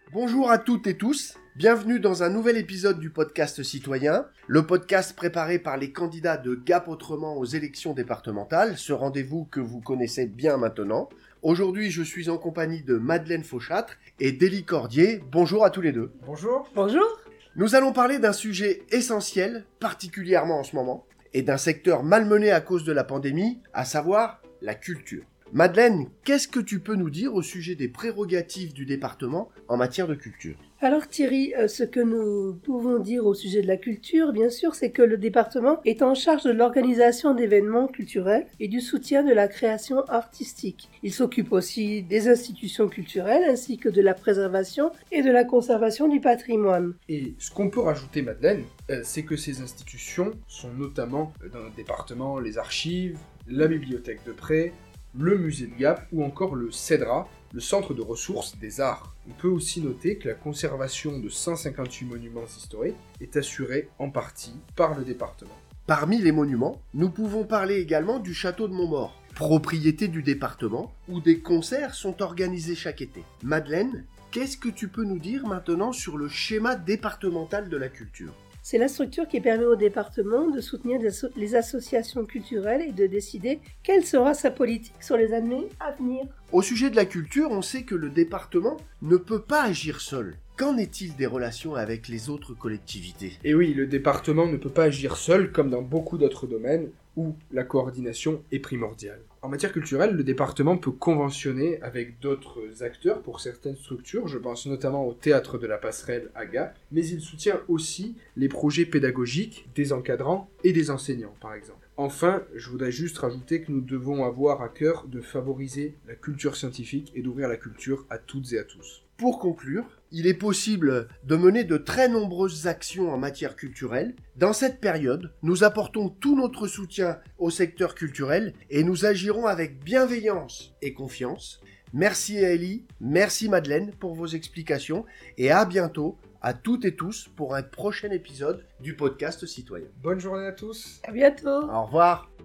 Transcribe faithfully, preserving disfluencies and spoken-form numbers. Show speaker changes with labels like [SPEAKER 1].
[SPEAKER 1] Bonjour à toutes et tous, bienvenue dans un nouvel épisode du podcast citoyen, le podcast préparé par les candidats de Gap Autrement aux élections départementales, ce rendez-vous que vous connaissez bien maintenant. Aujourd'hui, je suis en compagnie de Madeleine Fauchâtre et d'Élie Cordier. Bonjour à tous les deux.
[SPEAKER 2] Bonjour.
[SPEAKER 3] Bonjour.
[SPEAKER 1] Nous allons parler d'un sujet essentiel, particulièrement en ce moment, et d'un secteur malmené à cause de la pandémie, à savoir la culture. Madeleine, qu'est-ce que tu peux nous dire au sujet des prérogatives du département en matière de culture ?
[SPEAKER 3] Alors Thierry, euh, ce que nous pouvons dire au sujet de la culture, bien sûr, c'est que le département est en charge de l'organisation d'événements culturels et du soutien de la création artistique. Il s'occupe aussi des institutions culturelles ainsi que de la préservation et de la conservation du patrimoine.
[SPEAKER 2] Et ce qu'on peut rajouter, Madeleine, euh, c'est que ces institutions sont notamment euh, dans notre département les archives, la bibliothèque de près, le musée de Gap ou encore le CEDRA, le centre de ressources des arts. On peut aussi noter que la conservation de cent cinquante-huit monuments historiques est assurée en partie par le département.
[SPEAKER 1] Parmi les monuments, nous pouvons parler également du château de Montmaur, propriété du département, où des concerts sont organisés chaque été. Madeleine, qu'est-ce que tu peux nous dire maintenant sur le schéma départemental de la culture ?
[SPEAKER 3] C'est la structure qui permet au département de soutenir les associations culturelles et de décider quelle sera sa politique sur les années à venir.
[SPEAKER 1] Au sujet de la culture, on sait que le département ne peut pas agir seul. Qu'en est-il des relations avec les autres collectivités ?
[SPEAKER 2] Et oui, le département ne peut pas agir seul comme dans beaucoup d'autres domaines où la coordination est primordiale. En matière culturelle, le département peut conventionner avec d'autres acteurs pour certaines structures, je pense notamment au Théâtre de la Passerelle à Gap, mais il soutient aussi les projets pédagogiques des encadrants et des enseignants, par exemple. Enfin, je voudrais juste rajouter que nous devons avoir à cœur de favoriser la culture scientifique et d'ouvrir la culture à toutes et à tous.
[SPEAKER 1] Pour conclure, il est possible de mener de très nombreuses actions en matière culturelle. Dans cette période, nous apportons tout notre soutien au secteur culturel et nous agirons avec bienveillance et confiance. Merci à Élie, merci Madeleine pour vos explications et à bientôt à toutes et tous pour un prochain épisode du podcast citoyen.
[SPEAKER 2] Bonne journée à tous.
[SPEAKER 3] À bientôt.
[SPEAKER 1] Au revoir.